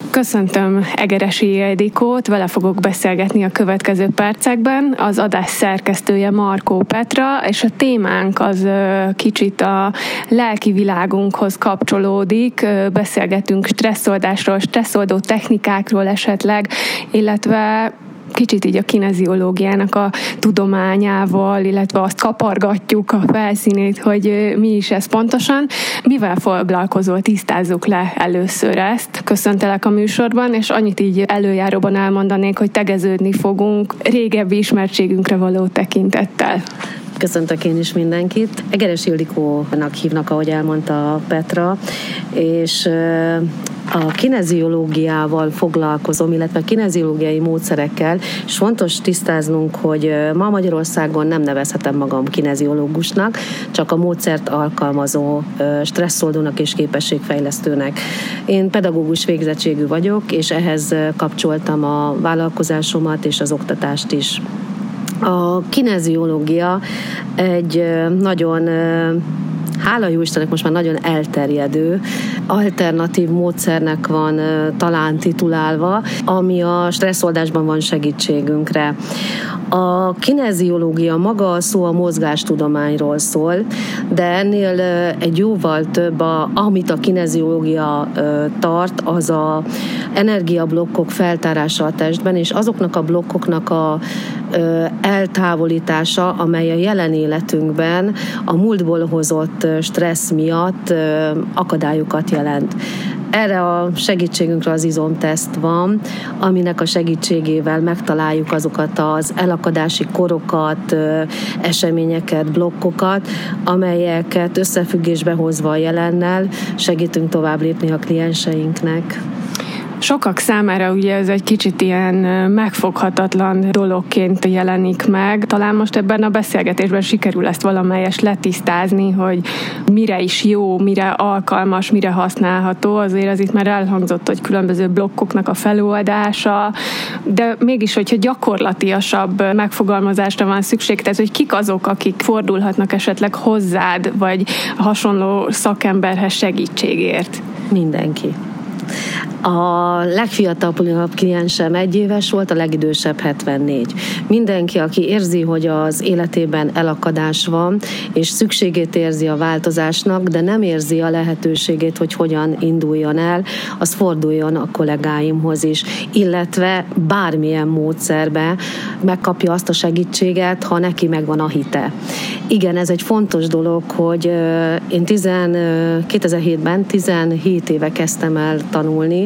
Köszöntöm Egeresi Ildikót, vele fogok beszélgetni a következő percekben. Az adás szerkesztője Markó Petra, és a témánk az kicsit a lelki világunkhoz kapcsolódik. Beszélgetünk stresszoldásról, stresszoldó technikákról esetleg, illetve kicsit így a kineziológiának a tudományával, illetve azt kapargatjuk a felszínét, hogy mi is ez pontosan. Mivel foglalkozol, tisztázzuk le először ezt. Köszöntelek a műsorban, és annyit így előjáróban elmondanék, hogy tegeződni fogunk régebbi ismertségünkre való tekintettel. Köszöntök én is mindenkit. Egeresi Ildikónak hívnak, ahogy elmondta Petra, és a kineziológiával foglalkozom, illetve kineziológiai módszerekkel, és fontos tisztáznunk, hogy ma Magyarországon nem nevezhetem magam kineziológusnak, csak a módszert alkalmazó stresszoldónak és képességfejlesztőnek. Én pedagógus végzettségű vagyok, és ehhez kapcsoltam a vállalkozásomat és az oktatást is. A kineziológia egy nagyon, hála jó Istennek, most már nagyon elterjedő, alternatív módszernek van talán titulálva, ami a stresszoldásban van segítségünkre. A kineziológia maga a szó a mozgástudományról szól, de ennél egy jóval több, amit a kineziológia tart, az a energiablokkok feltárása a testben, és azoknak a blokkoknak a eltávolítása, amely a jelen életünkben a múltból hozott stressz miatt akadályokat jelent. Erre a segítségünkre az izomteszt van, aminek a segítségével megtaláljuk azokat az elakadási korokat, eseményeket, blokkokat, amelyeket összefüggésbe hozva a jelennel segítünk tovább lépni a klienseinknek. Sokak számára ugye ez egy kicsit ilyen megfoghatatlan dologként jelenik meg. Talán most ebben a beszélgetésben sikerül ezt valamelyest letisztázni, hogy mire is jó, mire alkalmas, mire használható. Azért az itt már elhangzott, hogy különböző blokkoknak a feloldása, de mégis, hogyha gyakorlatiasabb megfogalmazásra van szükség, tehát hogy kik azok, akik fordulhatnak esetleg hozzád, vagy hasonló szakemberhez segítségért? Mindenki. A legfiatalabb kliensem 1 éves volt, a legidősebb 74. Mindenki, aki érzi, hogy az életében elakadás van, és szükségét érzi a változásnak, de nem érzi a lehetőségét, hogy hogyan induljon el, az forduljon a kollégáimhoz is, illetve bármilyen módszerbe megkapja azt a segítséget, ha neki megvan a hite. Igen, ez egy fontos dolog, hogy én 2007-ben 17 éve kezdtem el tanulni,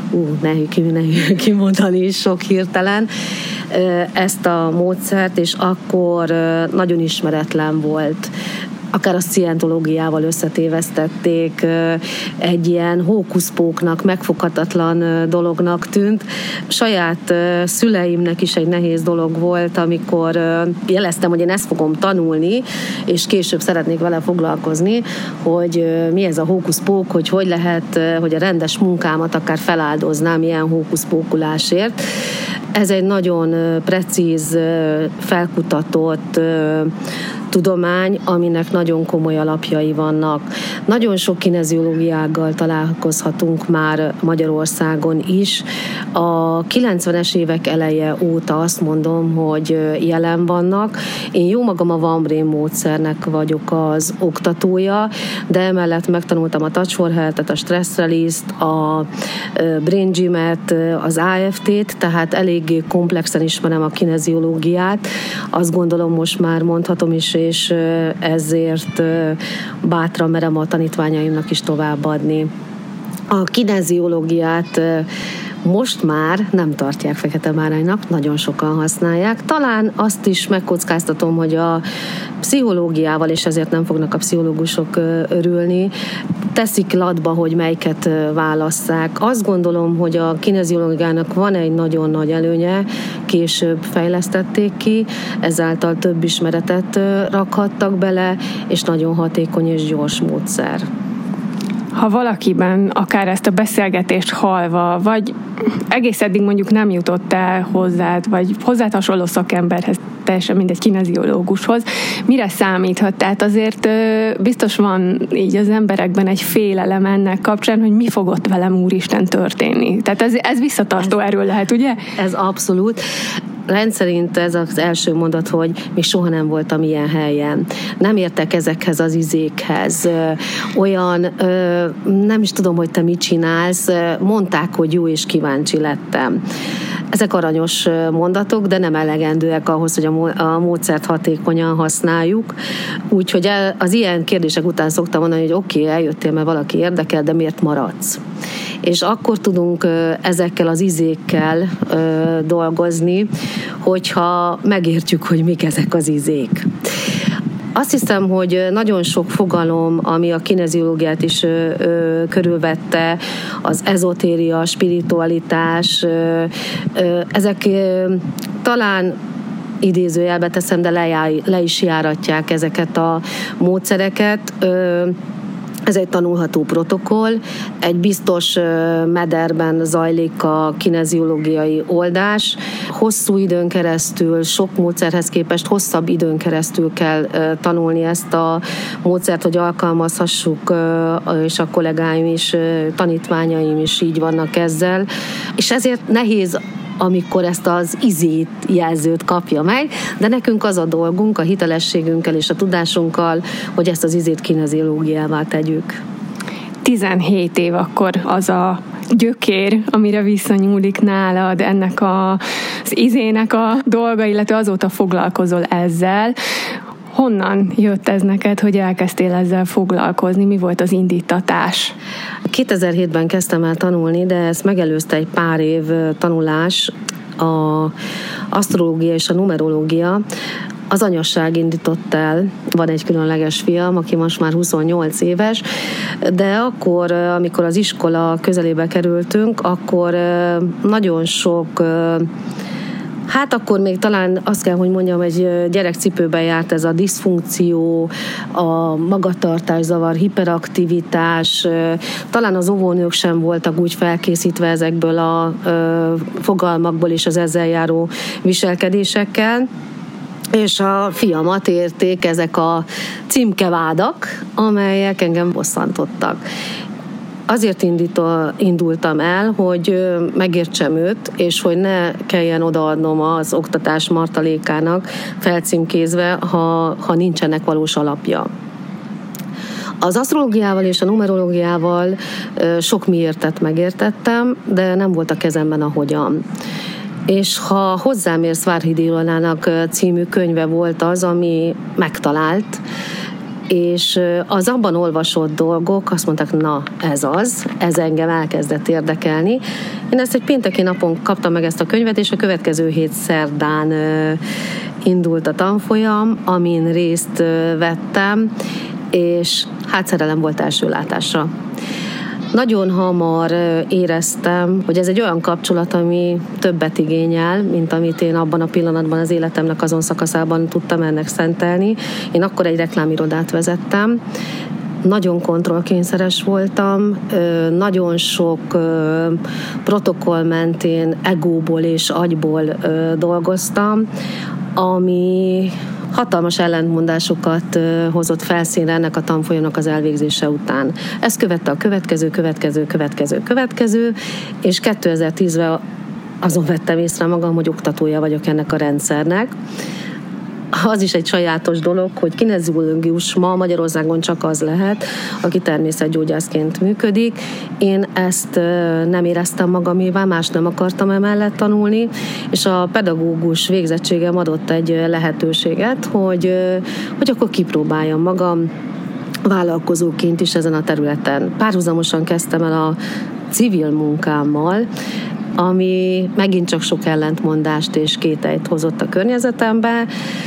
nehéz kimondani is sok hirtelen ezt a módszert, és akkor nagyon ismeretlen volt. Akár a szientológiával összetévesztették, egy ilyen hókuszpóknak, megfoghatatlan dolognak tűnt. Saját szüleimnek is egy nehéz dolog volt, amikor jeleztem, hogy én ezt fogom tanulni, és később szeretnék vele foglalkozni, hogy mi ez a hókuszpók, hogy lehet, hogy a rendes munkámat akár feláldoznám ilyen hókuszpókulásért. Ez egy nagyon precíz, felkutatott tudomány, aminek nagyon komoly alapjai vannak. Nagyon sok kineziológiággal találkozhatunk már Magyarországon is. A 90-es évek eleje óta azt mondom, hogy jelen vannak. Én jó magam a One Brain módszernek vagyok az oktatója, de emellett megtanultam a Touch for Health-et, a Stress Release-t, a Brain Gym-et, az AFT-t, tehát eléggé komplexen ismerem a kineziológiát. Azt gondolom, most már mondhatom is, és ezért bátran merem a tanítványaimnak is továbbadni. A kineziológiát most már nem tartják fekete báránynak, nagyon sokan használják. Talán azt is megkockáztatom, hogy a pszichológiával, és ezért nem fognak a pszichológusok örülni, teszik latba, hogy melyiket válasszák. Azt gondolom, hogy a kineziológiának van egy nagyon nagy előnye, később fejlesztették ki, ezáltal több ismeretet rakhattak bele, és nagyon hatékony és gyors módszer. Ha valakiben akár ezt a beszélgetést hallva, vagy egész eddig mondjuk nem jutott el hozzád, vagy hozzád hasonló szakemberhez teljesen mindegy, kineziológushoz. Mire számíthat? Tehát azért biztos van így az emberekben egy félelem ennek kapcsán, hogy mi fog ott velem úristen történni. Tehát ez visszatartó erő lehet, ugye? Ez abszolút. Rendszerint ez az első mondat, hogy még soha nem voltam ilyen helyen. Nem értek ezekhez az izékhez. Olyan, nem is tudom, hogy te mit csinálsz, mondták, hogy jó és kíváncsi lettem. Ezek aranyos mondatok, de nem elegendőek ahhoz, hogy a módszert hatékonyan használjuk. Úgyhogy az ilyen kérdések után szoktam mondani, hogy oké, eljöttél, mert valaki érdekel, de miért maradsz? És akkor tudunk ezekkel az izékkel dolgozni, hogyha megértjük, hogy mik ezek az izék. Azt hiszem, hogy nagyon sok fogalom, ami a kineziológiát is körülvette, az ezotéria, a spiritualitás, ezek talán idézőjelbe teszem, de le is járatják ezeket a módszereket. Ez egy tanulható protokoll, egy biztos mederben zajlik a kineziológiai oldás. Hosszú időn keresztül, sok módszerhez képest hosszabb időn keresztül kell tanulni ezt a módszert, hogy alkalmazhassuk, és a kollégáim is, tanítványaim is így vannak ezzel. És ezért nehéz, amikor ezt az izét jelzőt kapja meg, de nekünk az a dolgunk, a hitelességünkkel és a tudásunkkal, hogy ezt az izét kineziológiává tegyük. 17 év akkor az a gyökér, amire visszanyúlik nálad ennek az izének a dolga, illetve azóta foglalkozol ezzel. Honnan jött ez neked, hogy elkezdtél ezzel foglalkozni? Mi volt az indítatás? 2007-ben kezdtem el tanulni, de ezt megelőzte egy pár év tanulás, az asztrológia és a numerológia. Az anyasság indított el, van egy különleges fiam, aki most már 28 éves, de akkor, amikor az iskola közelébe kerültünk, akkor nagyon sok... Hát akkor még talán azt kell, hogy mondjam, egy gyerekcipőben járt ez a diszfunkció, a magatartászavar, hiperaktivitás. Talán az óvónők sem voltak úgy felkészítve ezekből a fogalmakból és az ezzel járó viselkedésekkel. És a fiamat érték ezek a címkevádak, amelyek engem bosszantottak. Azért indultam el, hogy megértsem őt, és hogy ne kelljen odaadnom az oktatás martalékának felcímkézve, ha nincsenek valós alapja. Az asztrológiával és a numerológiával sok miértet megértettem, de nem volt a kezemben a hogyan. És ha hozzám érsz, Várhidi Ilonának című könyve volt az, ami megtalált, és az abban olvasott dolgok, azt mondták, na ez engem elkezdett érdekelni. Én ezt egy pénteki napon kaptam meg ezt a könyvet, és a következő hét szerdán indult a tanfolyam, amin részt vettem, és hát szerelem volt első látásra. Nagyon hamar éreztem, hogy ez egy olyan kapcsolat, ami többet igényel, mint amit én abban a pillanatban az életemnek azon szakaszában tudtam ennek szentelni. Én akkor egy reklámirodát vezettem, nagyon kontrollkényszeres voltam, nagyon sok protokoll mentén egóból és agyból dolgoztam, ami hatalmas ellentmondásokat hozott felszínre ennek a tanfolyamnak az elvégzése után. Ezt követte a következő, és 2010-ben azon vettem észre magam, hogy oktatója vagyok ennek a rendszernek. Az is egy sajátos dolog, hogy kineziológus ma Magyarországon csak az lehet, aki természetgyógyászként működik. Én ezt nem éreztem magamévá, más nem akartam emellett tanulni, és a pedagógus végzettségem adott egy lehetőséget, hogy akkor kipróbáljam magam vállalkozóként is ezen a területen. Párhuzamosan kezdtem el a civil munkámmal, ami megint csak sok ellentmondást és kételyt hozott a környezetembe,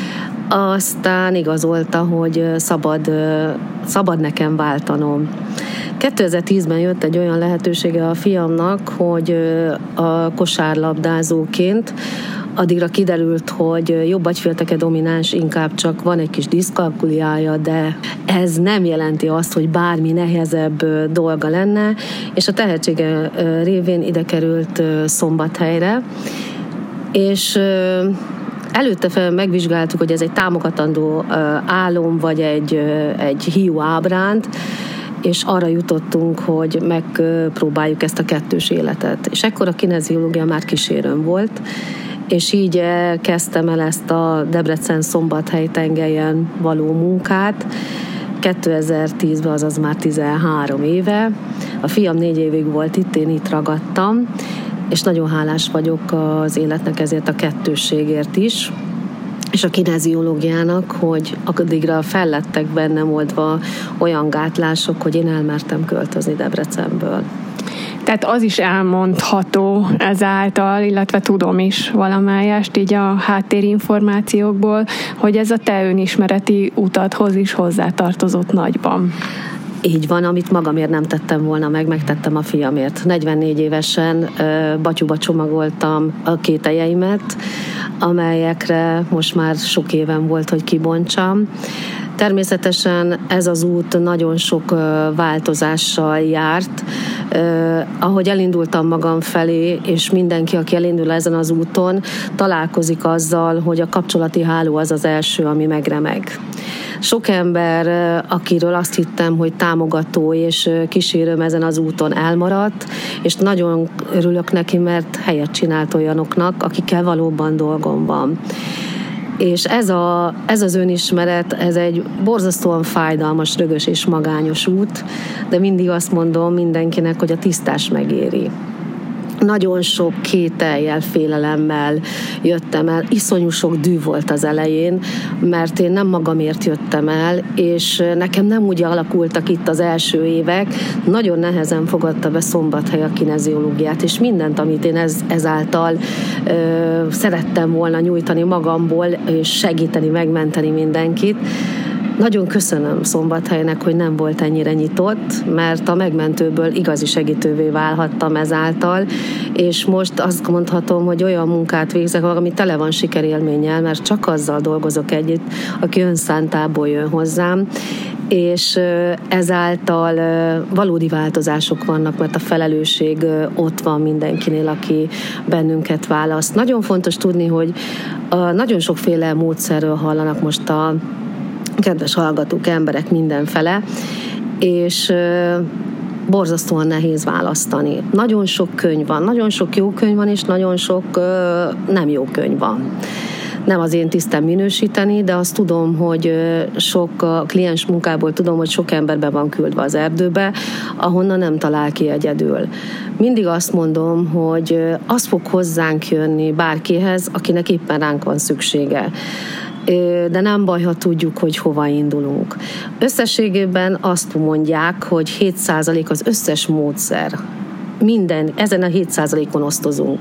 aztán igazolta, hogy szabad nekem váltanom. 2010-ben jött egy olyan lehetősége a fiamnak, hogy a kosárlabdázóként addigra kiderült, hogy jobb agyfélteke domináns, inkább csak van egy kis diszkalkuliája, de ez nem jelenti azt, hogy bármi nehezebb dolga lenne, és a tehetsége révén ide került Szombathelyre, és Előtte megvizsgáltuk, hogy ez egy támogatandó álom, vagy egy hiú ábránd, és arra jutottunk, hogy megpróbáljuk ezt a kettős életet. És ekkor a kineziológia már kísérőm volt, és így kezdtem el ezt a Debrecen-Szombathely tengelyen való munkát. 2010-ben, azaz már 13 éve. A fiam 4 évig volt itt, én itt ragadtam, és nagyon hálás vagyok az életnek ezért a kettősségért is, és a kineziológiának, hogy addigra fellettek bennem oldva olyan gátlások, hogy én elmertem költözni Debrecenből. Tehát az is elmondható ezáltal, illetve tudom is valamelyest így a háttérinformációkból, hogy ez a te önismereti utadhoz is hozzátartozott nagyban. Így van, amit magamért nem tettem volna meg, megtettem a fiamért. 44 évesen batyúba csomagoltam a kételjeimet, amelyekre most már sok éven volt, hogy kibontsam. Természetesen ez az út nagyon sok változással járt. Ahogy elindultam magam felé, és mindenki, aki elindul ezen az úton, találkozik azzal, hogy a kapcsolati háló az az első, ami megremeg. Sok ember, akiről azt hittem, hogy támogató és kísérőm ezen az úton elmaradt, és nagyon örülök neki, mert helyet csinált olyanoknak, akikkel valóban dolgom van. És ez az önismeret, ez egy borzasztóan fájdalmas, rögös és magányos út, de mindig azt mondom mindenkinek, hogy a tisztás megéri. Nagyon sok kétellyel, félelemmel jöttem el, iszonyú sok dű volt az elején, mert én nem magamért jöttem el, és nekem nem úgy alakultak itt az első évek, nagyon nehezen fogadta be Szombathely a kineziológiát, és mindent, amit én ezáltal szerettem volna nyújtani magamból, és segíteni, megmenteni mindenkit. Nagyon köszönöm Szombathelynek, hogy nem volt ennyire nyitott, mert a megmentőből igazi segítővé válhattam ezáltal, és most azt mondhatom, hogy olyan munkát végzek, ami tele van sikerélménnyel, mert csak azzal dolgozok együtt, aki önszántából jön hozzám, és ezáltal valódi változások vannak, mert a felelősség ott van mindenkinél, aki bennünket választ. Nagyon fontos tudni, hogy nagyon sokféle módszerről hallanak most a kedves hallgatók, emberek mindenfele, és borzasztóan nehéz választani. Nagyon sok könyv van, nagyon sok jó könyv van, és nagyon sok nem jó könyv van. Nem az én tisztem minősíteni, de azt tudom, hogy sok a kliens munkából tudom, hogy sok ember be van küldve az erdőbe, ahonnan nem talál ki egyedül. Mindig azt mondom, hogy az fog hozzánk jönni bárkihez, akinek éppen ránk van szüksége. De nem baj, ha tudjuk, hogy hova indulunk. Összességében azt mondják, hogy 7% az összes módszer. Minden, ezen a 7%-on osztozunk.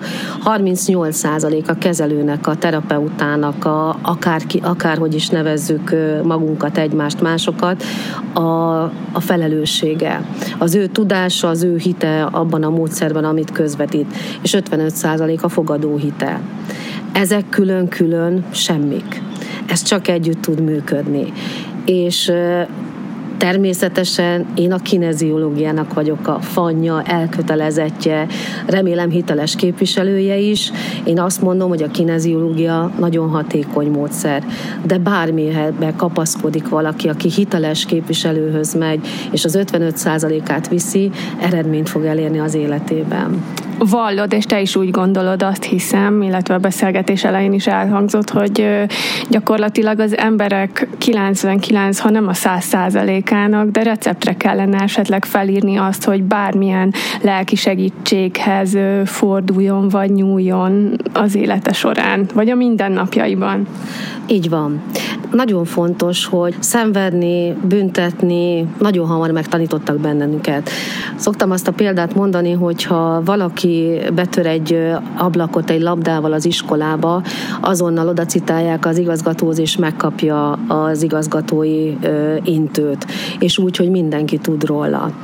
38% a kezelőnek, a terapeutának, akárhogy is nevezzük magunkat, egymást, másokat, a felelőssége. Az ő tudása, az ő hite abban a módszerben, amit közvetít. És 55% a fogadó hite. Ezek külön-külön semmik. Ez csak együtt tud működni. És természetesen én a kineziológiának vagyok a fanja, elkötelezettje, remélem hiteles képviselője is. Én azt mondom, hogy a kineziológia nagyon hatékony módszer, de bármibe kapaszkodik valaki, aki hiteles képviselőhöz megy, és az 55%-át viszi, eredményt fog elérni az életében. Vallod, és te is úgy gondolod, azt hiszem, illetve a beszélgetés elején is elhangzott, hogy gyakorlatilag az emberek 99, ha nem a 100%-ának, de receptre kellene esetleg felírni azt, hogy bármilyen lelki segítséghez forduljon, vagy nyúljon az élete során, vagy a mindennapjaiban. Így van. Nagyon fontos, hogy szenvedni, büntetni, nagyon hamar megtanítottak bennünket. Szoktam azt a példát mondani, hogyha valaki betör egy ablakot egy labdával az iskolába, azonnal oda citálják az igazgatóhoz, és megkapja az igazgatói intőt, és úgy, hogy mindenki tud róla.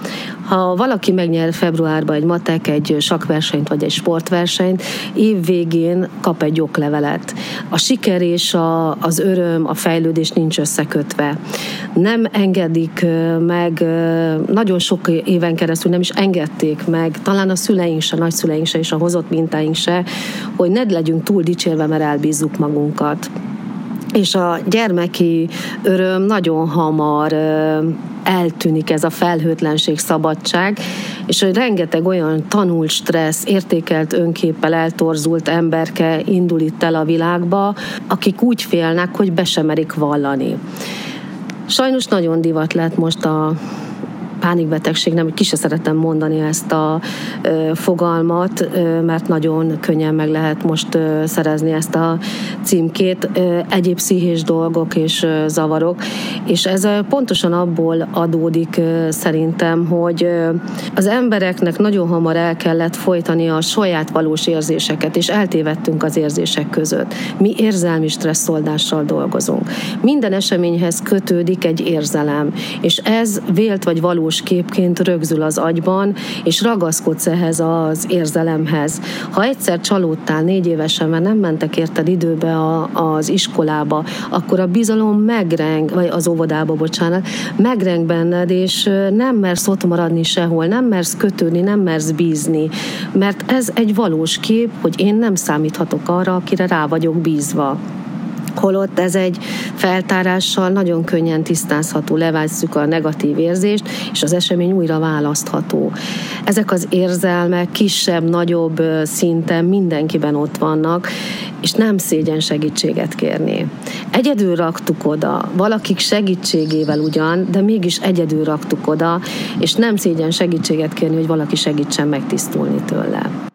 Ha valaki megnyer februárban egy matek, egy sakkversenyt vagy egy sportversenyt, év végén kap egy oklevelet. A siker és az öröm, a fejlődés nincs összekötve. Nem engedik meg, nagyon sok éven keresztül nem is engedték meg, talán a szüleink se, nagyszüleink se és a hozott mintáink se, hogy ne legyünk túl dicsérve, mert elbízzuk magunkat. És a gyermeki öröm nagyon hamar eltűnik, ez a felhőtlenség, szabadság, és hogy rengeteg olyan tanult stressz, értékelt önképpel eltorzult emberke indul itt el a világba, akik úgy félnek, hogy be sem merik vallani. Sajnos nagyon divat lett most a pánikbetegség, nem, ki se szeretem mondani ezt a fogalmat, mert nagyon könnyen meg lehet most szerezni ezt a címkét, egyéb pszichés dolgok és zavarok, és ez pontosan abból adódik szerintem, hogy az embereknek nagyon hamar el kellett folytani a saját valós érzéseket, és eltévedtünk az érzések között. Mi érzelmi stresszoldással dolgozunk. Minden eseményhez kötődik egy érzelem, és ez vélt vagy valós képként rögzül az agyban, és ragaszkodsz ehhez az érzelemhez. Ha egyszer csalódtál 4 évesen, mert nem mentek érted időbe az iskolába, akkor a bizalom megreng, vagy az óvodába, bocsánat, megreng benned, és nem mersz ott maradni sehol, nem mersz kötődni, nem mersz bízni, mert ez egy valós kép, hogy én nem számíthatok arra, akire rá vagyok bízva. Holott ez egy feltárással nagyon könnyen tisztázható, levásszuk a negatív érzést, és az esemény újra választható. Ezek az érzelmek kisebb, nagyobb szinten mindenkiben ott vannak, és nem szégyen segítséget kérni. Egyedül raktuk oda, valakik segítségével ugyan, de mégis egyedül raktuk oda, és nem szégyen segítséget kérni, hogy valaki segítsen megtisztulni tőle.